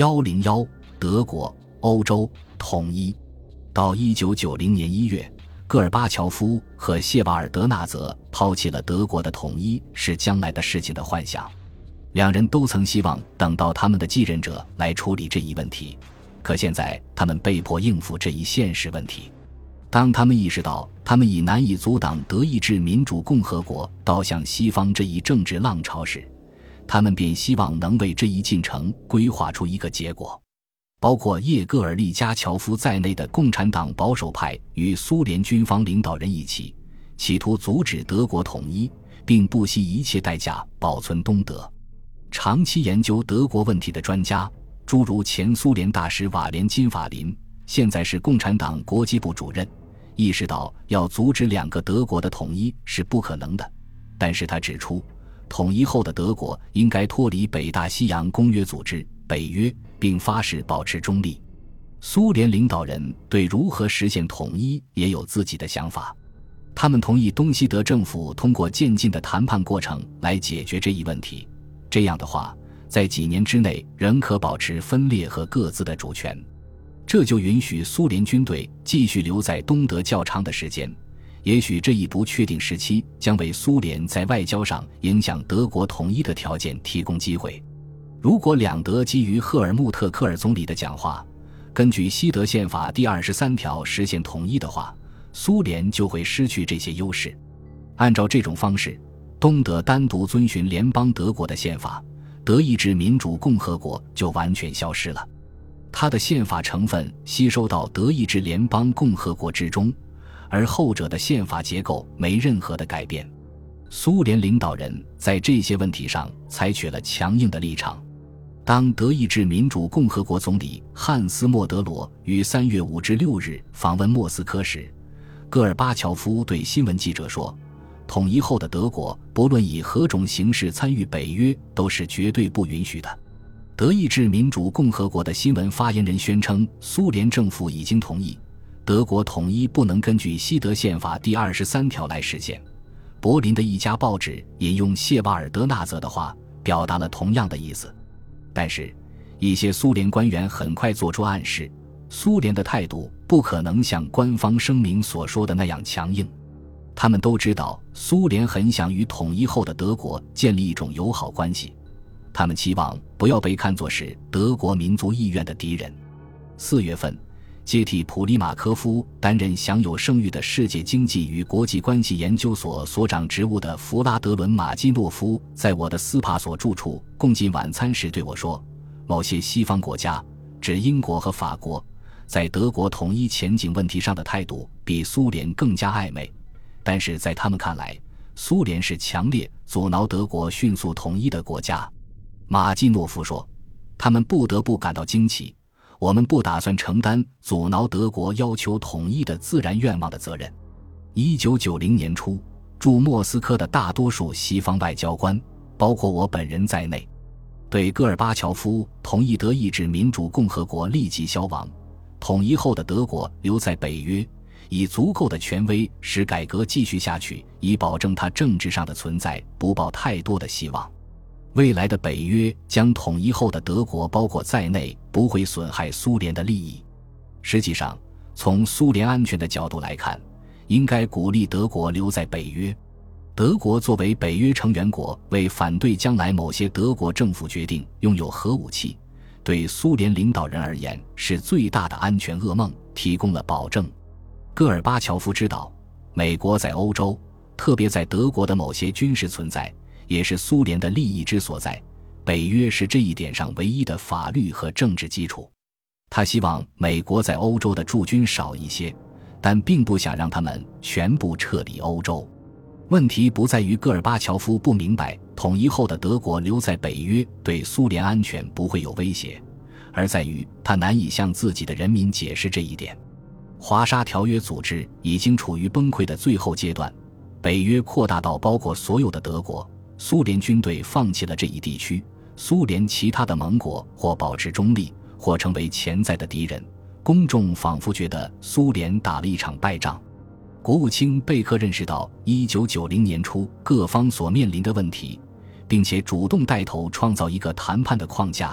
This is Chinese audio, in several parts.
101德国、欧洲统一。到1990年1月，戈尔巴乔夫和谢瓦尔德纳泽抛弃了德国的统一是将来的事情的幻想。两人都曾希望等到他们的继任者来处理这一问题，可现在他们被迫应付这一现实问题。当他们意识到他们已难以阻挡德意志民主共和国倒向西方这一政治浪潮时，他们便希望能为这一进程规划出一个结果。包括叶戈尔利加乔夫在内的共产党保守派与苏联军方领导人一起，企图阻止德国统一，并不惜一切代价保存东德。长期研究德国问题的专家，诸如前苏联大使瓦连金·法林，现在是共产党国际部主任，意识到要阻止两个德国的统一是不可能的，但是他指出，统一后的德国应该脱离北大西洋公约组织北约，并发誓保持中立。苏联领导人对如何实现统一也有自己的想法，他们同意东西德政府通过渐进的谈判过程来解决这一问题，这样的话，在几年之内仍可保持分裂和各自的主权，这就允许苏联军队继续留在东德较长的时间。也许这一不确定时期将为苏联在外交上影响德国统一的条件提供机会。如果两德基于赫尔穆特·科尔总理的讲话，根据西德宪法第23条实现统一的话，苏联就会失去这些优势。按照这种方式，东德单独遵循联邦德国的宪法，德意志民主共和国就完全消失了，它的宪法成分吸收到德意志联邦共和国之中，而后者的宪法结构没任何的改变。苏联领导人在这些问题上采取了强硬的立场。当德意志民主共和国总理汉斯·莫德罗于3月5至6日访问莫斯科时，戈尔巴乔夫对新闻记者说，统一后的德国不论以何种形式参与北约都是绝对不允许的。德意志民主共和国的新闻发言人宣称，苏联政府已经同意德国统一不能根据西德宪法第23条来实现。柏林的一家报纸引用谢瓦尔德纳泽的话，表达了同样的意思。但是，一些苏联官员很快做出暗示，苏联的态度不可能像官方声明所说的那样强硬。他们都知道，苏联很想与统一后的德国建立一种友好关系，他们期望不要被看作是德国民族意愿的敌人。4月份，接替普利马科夫担任享有盛誉的世界经济与国际关系研究所所长职务的弗拉德伦·马基诺夫在我的斯帕所住处共进晚餐时对我说，某些西方国家，指英国和法国，在德国统一前景问题上的态度比苏联更加暧昧，但是在他们看来，苏联是强烈阻挠德国迅速统一的国家。马基诺夫说，他们不得不感到惊奇，我们不打算承担阻挠德国要求统一的自然愿望的责任。1990年初，驻莫斯科的大多数西方外交官，包括我本人在内，对戈尔巴乔夫同意德意志民主共和国立即消亡，统一后的德国留在北约，以足够的权威使改革继续下去，以保证它政治上的存在不抱太多的希望。未来的北约将统一后的德国包括在内，不会损害苏联的利益。实际上，从苏联安全的角度来看，应该鼓励德国留在北约。德国作为北约成员国，为反对将来某些德国政府决定拥有核武器，对苏联领导人而言是最大的安全噩梦，提供了保证。戈尔巴乔夫知道，美国在欧洲，特别在德国的某些军事存在，也是苏联的利益之所在，北约是这一点上唯一的法律和政治基础。他希望美国在欧洲的驻军少一些，但并不想让他们全部撤离欧洲。问题不在于戈尔巴乔夫不明白统一后的德国留在北约对苏联安全不会有威胁，而在于他难以向自己的人民解释这一点。华沙条约组织已经处于崩溃的最后阶段，北约扩大到包括所有的德国，苏联军队放弃了这一地区，苏联其他的盟国或保持中立，或成为潜在的敌人。公众仿佛觉得苏联打了一场败仗。国务卿贝克认识到1990年初各方所面临的问题，并且主动带头创造一个谈判的框架，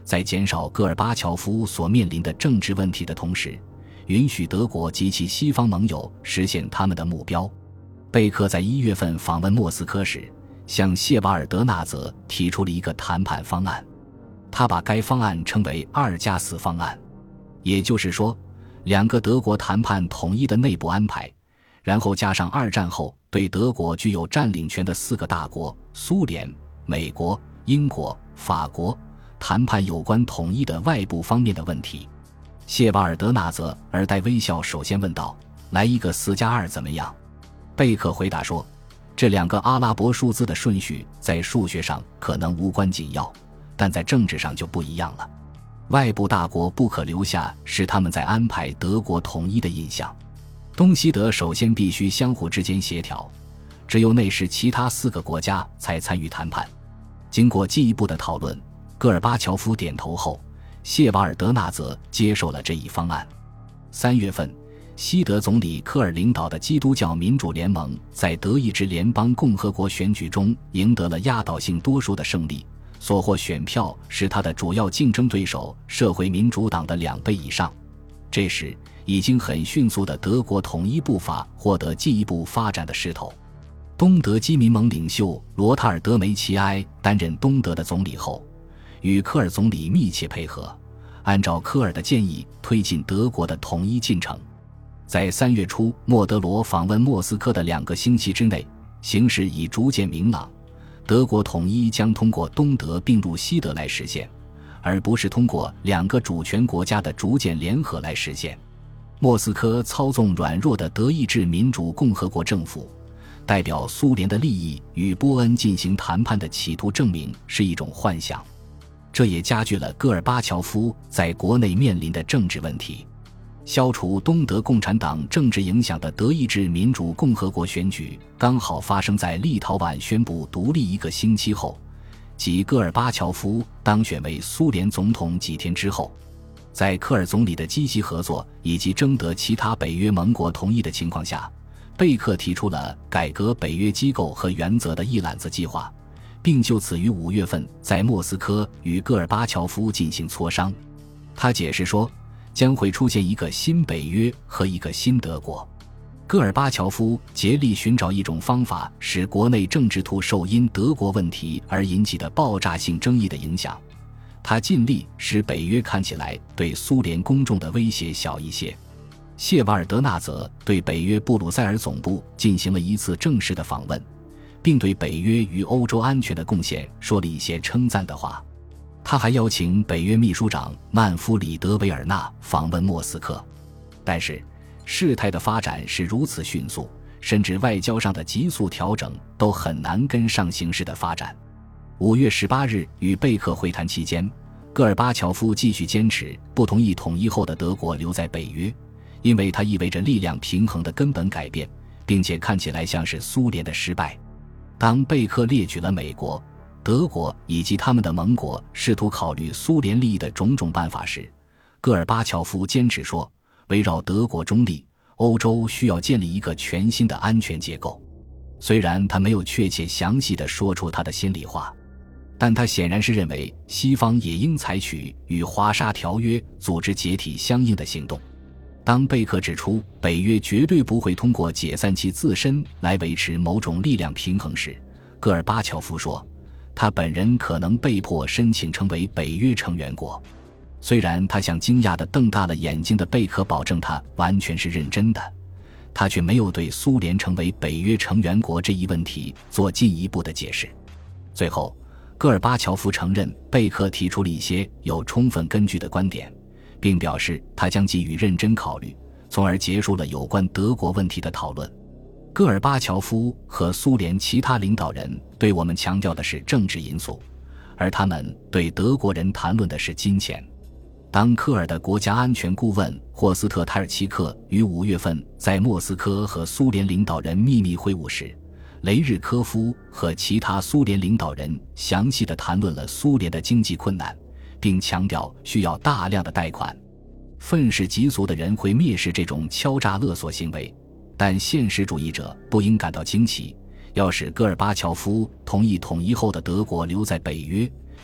在减少戈尔巴乔夫所面临的政治问题的同时，允许德国及其西方盟友实现他们的目标。贝克在1月份访问莫斯科时，向谢瓦尔德纳泽提出了一个谈判方案，他把该方案称为2+4方案，也就是说，2个德国谈判统一的内部安排，然后加上2战后对德国具有占领权的4个大国苏联、美国、英国、法国谈判有关统一的外部方面的问题。谢瓦尔德纳泽耳带微笑，首先问道：“来一个4+2怎么样？”贝克回答说：“这2个阿拉伯数字的顺序在数学上可能无关紧要，但在政治上就不一样了。外部大国不可留下使他们在安排德国统一的印象。东西德首先必须相互之间协调，只有那时其他4个国家才参与谈判。”经过进一步的讨论，戈尔巴乔夫点头后，谢瓦尔德纳泽接受了这一方案。3月份，西德总理科尔领导的基督教民主联盟在德意志联邦共和国选举中赢得了压倒性多数的胜利，所获选票是他的主要竞争对手社会民主党的2倍以上。这时，已经很迅速的德国统一步伐获得进一步发展的势头。东德基民盟领袖罗塔尔德梅齐埃担任东德的总理后，与科尔总理密切配合，按照科尔的建议推进德国的统一进程。在3月初莫德罗访问莫斯科的2个星期之内，形势已逐渐明朗，德国统一将通过东德并入西德来实现，而不是通过2个主权国家的逐渐联合来实现。莫斯科操纵软弱的德意志民主共和国政府，代表苏联的利益与波恩进行谈判的企图证明是一种幻想，这也加剧了戈尔巴乔夫在国内面临的政治问题。消除东德共产党政治影响的德意志民主共和国选举刚好发生在立陶宛宣布独立1个星期后，即戈尔巴乔夫当选为苏联总统几天之后。在科尔总理的积极合作以及征得其他北约盟国同意的情况下，贝克提出了改革北约机构和原则的一揽子计划，并就此于5月份在莫斯科与戈尔巴乔夫进行磋商。他解释说，将会出现一个新北约和一个新德国。戈尔巴乔夫竭力寻找一种方法，使国内政治图受因德国问题而引起的爆炸性争议的影响。他尽力使北约看起来对苏联公众的威胁小一些。谢瓦尔德纳泽对北约布鲁塞尔总部进行了1次正式的访问，并对北约与欧洲安全的贡献说了一些称赞的话。他还邀请北约秘书长曼夫里德·维尔纳访问莫斯科，但是事态的发展是如此迅速，甚至外交上的急速调整都很难跟上形势的发展。5月18日与贝克会谈期间，戈尔巴乔夫继续坚持不同意统一后的德国留在北约，因为它意味着力量平衡的根本改变，并且看起来像是苏联的失败。当贝克列举了美国、德国以及他们的盟国试图考虑苏联利益的种种办法时，戈尔巴乔夫坚持说，围绕德国中立，欧洲需要建立一个全新的安全结构。虽然他没有确切详细地说出他的心里话，但他显然是认为西方也应采取与华沙条约组织解体相应的行动。当贝克指出北约绝对不会通过解散其自身来维持某种力量平衡时，戈尔巴乔夫说，他本人可能被迫申请成为北约成员国。虽然他向惊讶地瞪大了眼睛的贝克保证他完全是认真的，他却没有对苏联成为北约成员国这一问题做进一步的解释。最后，戈尔巴乔夫承认贝克提出了一些有充分根据的观点，并表示他将给予认真考虑，从而结束了有关德国问题的讨论。戈尔巴乔夫和苏联其他领导人对我们强调的是政治因素，而他们对德国人谈论的是金钱。当科尔的国家安全顾问霍斯特·泰尔奇克于5月份在莫斯科和苏联领导人秘密会晤时，雷日科夫和其他苏联领导人详细地谈论了苏联的经济困难，并强调需要大量的贷款。愤世嫉俗的人会蔑视这种敲诈勒索行为，但现实主义者不应感到惊奇。要使戈尔巴乔夫同意统一后的德国留在北约，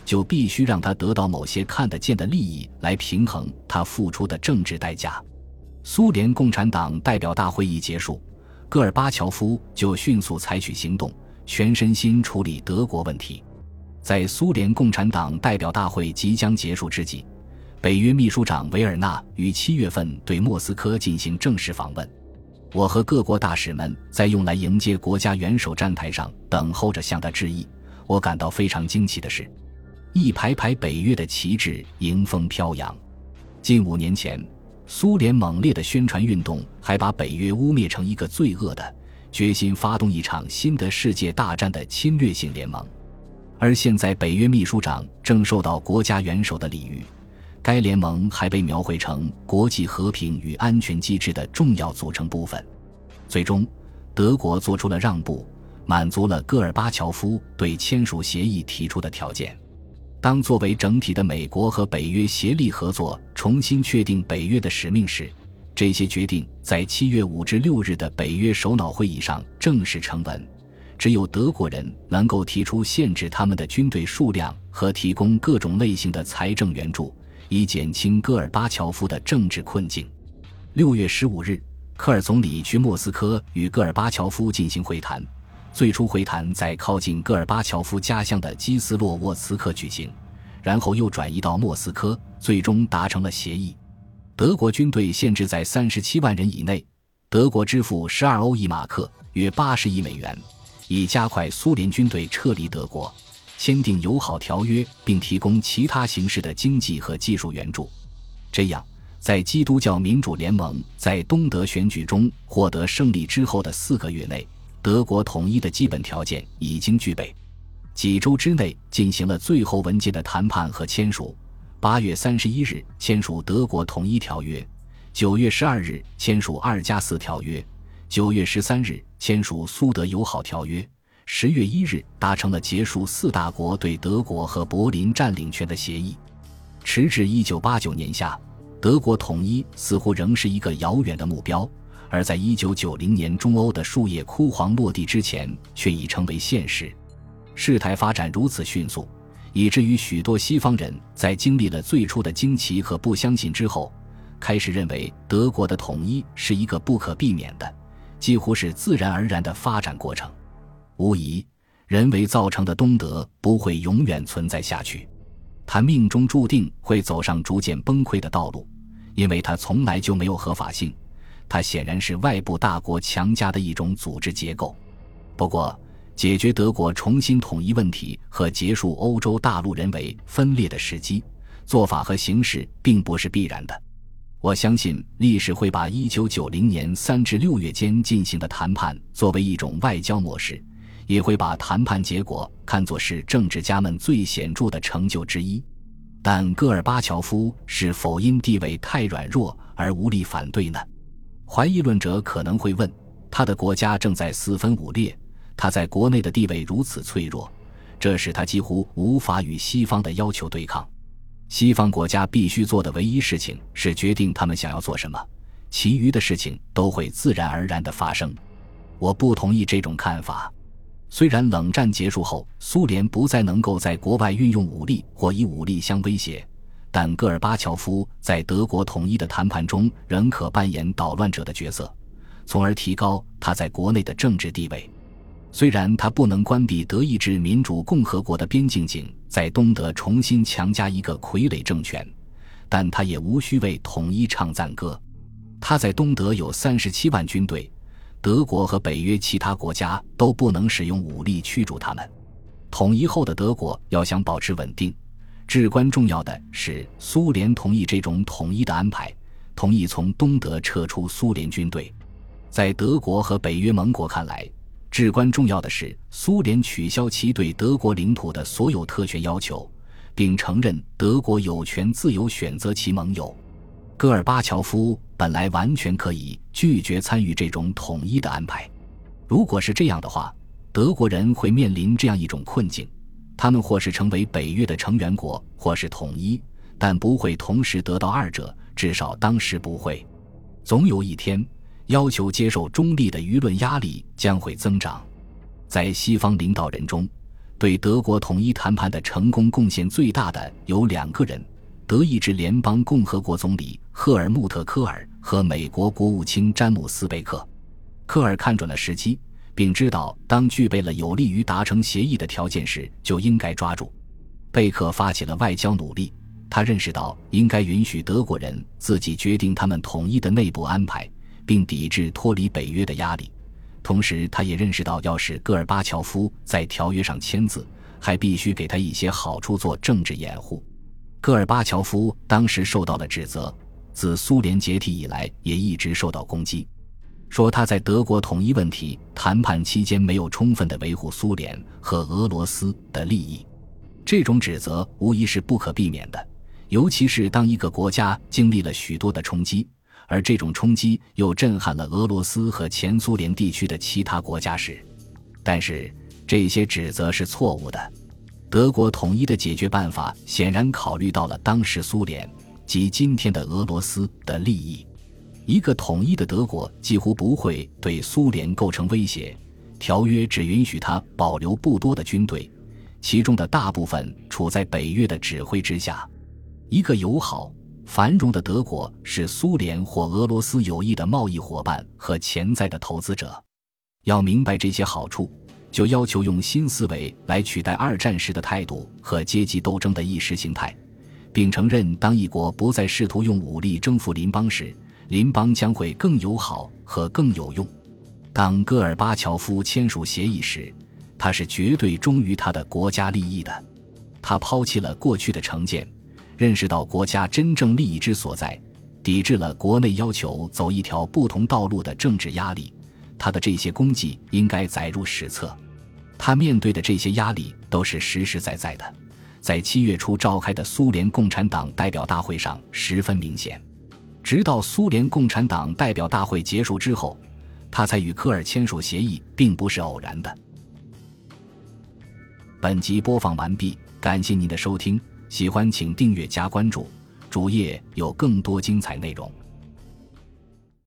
就必须让他得到某些看得见的利益来平衡他付出的政治代价。苏联共产党代表大会一结束，戈尔巴乔夫就迅速采取行动，全身心处理德国问题。在苏联共产党代表大会即将结束之际，北约秘书长维尔纳于7月份对莫斯科进行正式访问。我和各国大使们在用来迎接国家元首站台上等候着向他致意。我感到非常惊奇的是，一排排北约的旗帜迎风飘扬。近5年前，苏联猛烈的宣传运动还把北约污蔑成一个罪恶的、决心发动一场新的世界大战的侵略性联盟。而现在北约秘书长正受到国家元首的礼遇，该联盟还被描绘成国际和平与安全机制的重要组成部分。最终，德国做出了让步，满足了戈尔巴乔夫对签署协议提出的条件。当作为整体的美国和北约协力合作重新确定北约的使命时，这些决定在7月5至6日的北约首脑会议上正式成文。只有德国人能够提出限制他们的军队数量和提供各种类型的财政援助，以减轻戈尔巴乔夫的政治困境。6月15日，科尔总理去莫斯科与戈尔巴乔夫进行会谈。最初会谈在靠近戈尔巴乔夫家乡的基斯洛沃茨克举行，然后又转移到莫斯科，最终达成了协议。德国军队限制在37万人以内，德国支付12欧一马克，约80亿美元，以加快苏联军队撤离德国，签订友好条约，并提供其他形式的经济和技术援助。这样，在基督教民主联盟在东德选举中获得胜利之后的4个月内，德国统一的基本条件已经具备。几周之内进行了最后文件的谈判和签署。8月31日签署德国统一条约，9月12日签署2+4条约，9月13日签署苏德友好条约，10月1日达成了结束4大国对德国和柏林占领权的协议。迟至1989年夏，德国统一似乎仍是一个遥远的目标，而在1990年中欧的树叶枯黄落地之前，却已成为现实。事态发展如此迅速，以至于许多西方人在经历了最初的惊奇和不相信之后，开始认为德国的统一是一个不可避免的，几乎是自然而然的发展过程。无疑，人为造成的东德不会永远存在下去，它命中注定会走上逐渐崩溃的道路，因为它从来就没有合法性，它显然是外部大国强加的一种组织结构。不过，解决德国重新统一问题和结束欧洲大陆人为分裂的时机、做法和形式并不是必然的。我相信历史会把1990年3至6月间进行的谈判作为一种外交模式，也会把谈判结果看作是政治家们最显著的成就之一。但戈尔巴乔夫是否因地位太软弱而无力反对呢？怀疑论者可能会问，他的国家正在四分五裂，他在国内的地位如此脆弱，这使他几乎无法与西方的要求对抗。西方国家必须做的唯一事情是决定他们想要做什么，其余的事情都会自然而然地发生。我不同意这种看法。虽然冷战结束后苏联不再能够在国外运用武力或以武力相威胁，但戈尔巴乔夫在德国统一的谈判中仍可扮演捣乱者的角色，从而提高他在国内的政治地位。虽然他不能关闭德意志民主共和国的边境井，在东德重新强加一个傀儡政权，但他也无需为统一唱赞歌。他在东德有37万军队，德国和北约其他国家都不能使用武力驱逐他们。统一后的德国要想保持稳定，至关重要的是苏联同意这种统一的安排，同意从东德撤出苏联军队。在德国和北约盟国看来，至关重要的是苏联取消其对德国领土的所有特权要求，并承认德国有权自由选择其盟友。戈尔巴乔夫本来完全可以拒绝参与这种统一的安排。如果是这样的话，德国人会面临这样一种困境，他们或是成为北约的成员国，或是统一，但不会同时得到二者，至少当时不会。总有一天，要求接受中立的舆论压力将会增长。在西方领导人中， 对德国统一谈判的成功贡献最大的有2个人：德意志联邦共和国总理赫尔穆特·科尔和美国国务卿詹姆斯·贝克。科尔看准了时机，并知道当具备了有利于达成协议的条件时就应该抓住。贝克发起了外交努力，他认识到应该允许德国人自己决定他们统一的内部安排，并抵制脱离北约的压力。同时他也认识到要使戈尔巴乔夫在条约上签字，还必须给他一些好处做政治掩护。戈尔巴乔夫当时受到了指责，自苏联解体以来也一直受到攻击，说他在德国统一问题谈判期间没有充分地维护苏联和俄罗斯的利益。这种指责无疑是不可避免的，尤其是当一个国家经历了许多的冲击，而这种冲击又震撼了俄罗斯和前苏联地区的其他国家时。但是这些指责是错误的，德国统一的解决办法显然考虑到了当时苏联及今天的俄罗斯的利益。一个统一的德国几乎不会对苏联构成威胁，条约只允许它保留不多的军队，其中的大部分处在北约的指挥之下。一个友好繁荣的德国是苏联或俄罗斯有益的贸易伙伴和潜在的投资者。要明白这些好处，就要求用新思维来取代二战时的态度和阶级斗争的意识形态，并承认当一国不再试图用武力征服邻邦时，邻邦将会更友好和更有用。当戈尔巴乔夫签署协议时，他是绝对忠于他的国家利益的。他抛弃了过去的成见，认识到国家真正利益之所在，抵制了国内要求走一条不同道路的政治压力。他的这些功绩应该载入史册。他面对的这些压力都是实实在在的，在7月初召开的苏联共产党代表大会上十分明显。直到苏联共产党代表大会结束之后，他才与科尔签署协议，并不是偶然的。本集播放完毕，感谢您的收听，喜欢请订阅加关注，主页有更多精彩内容。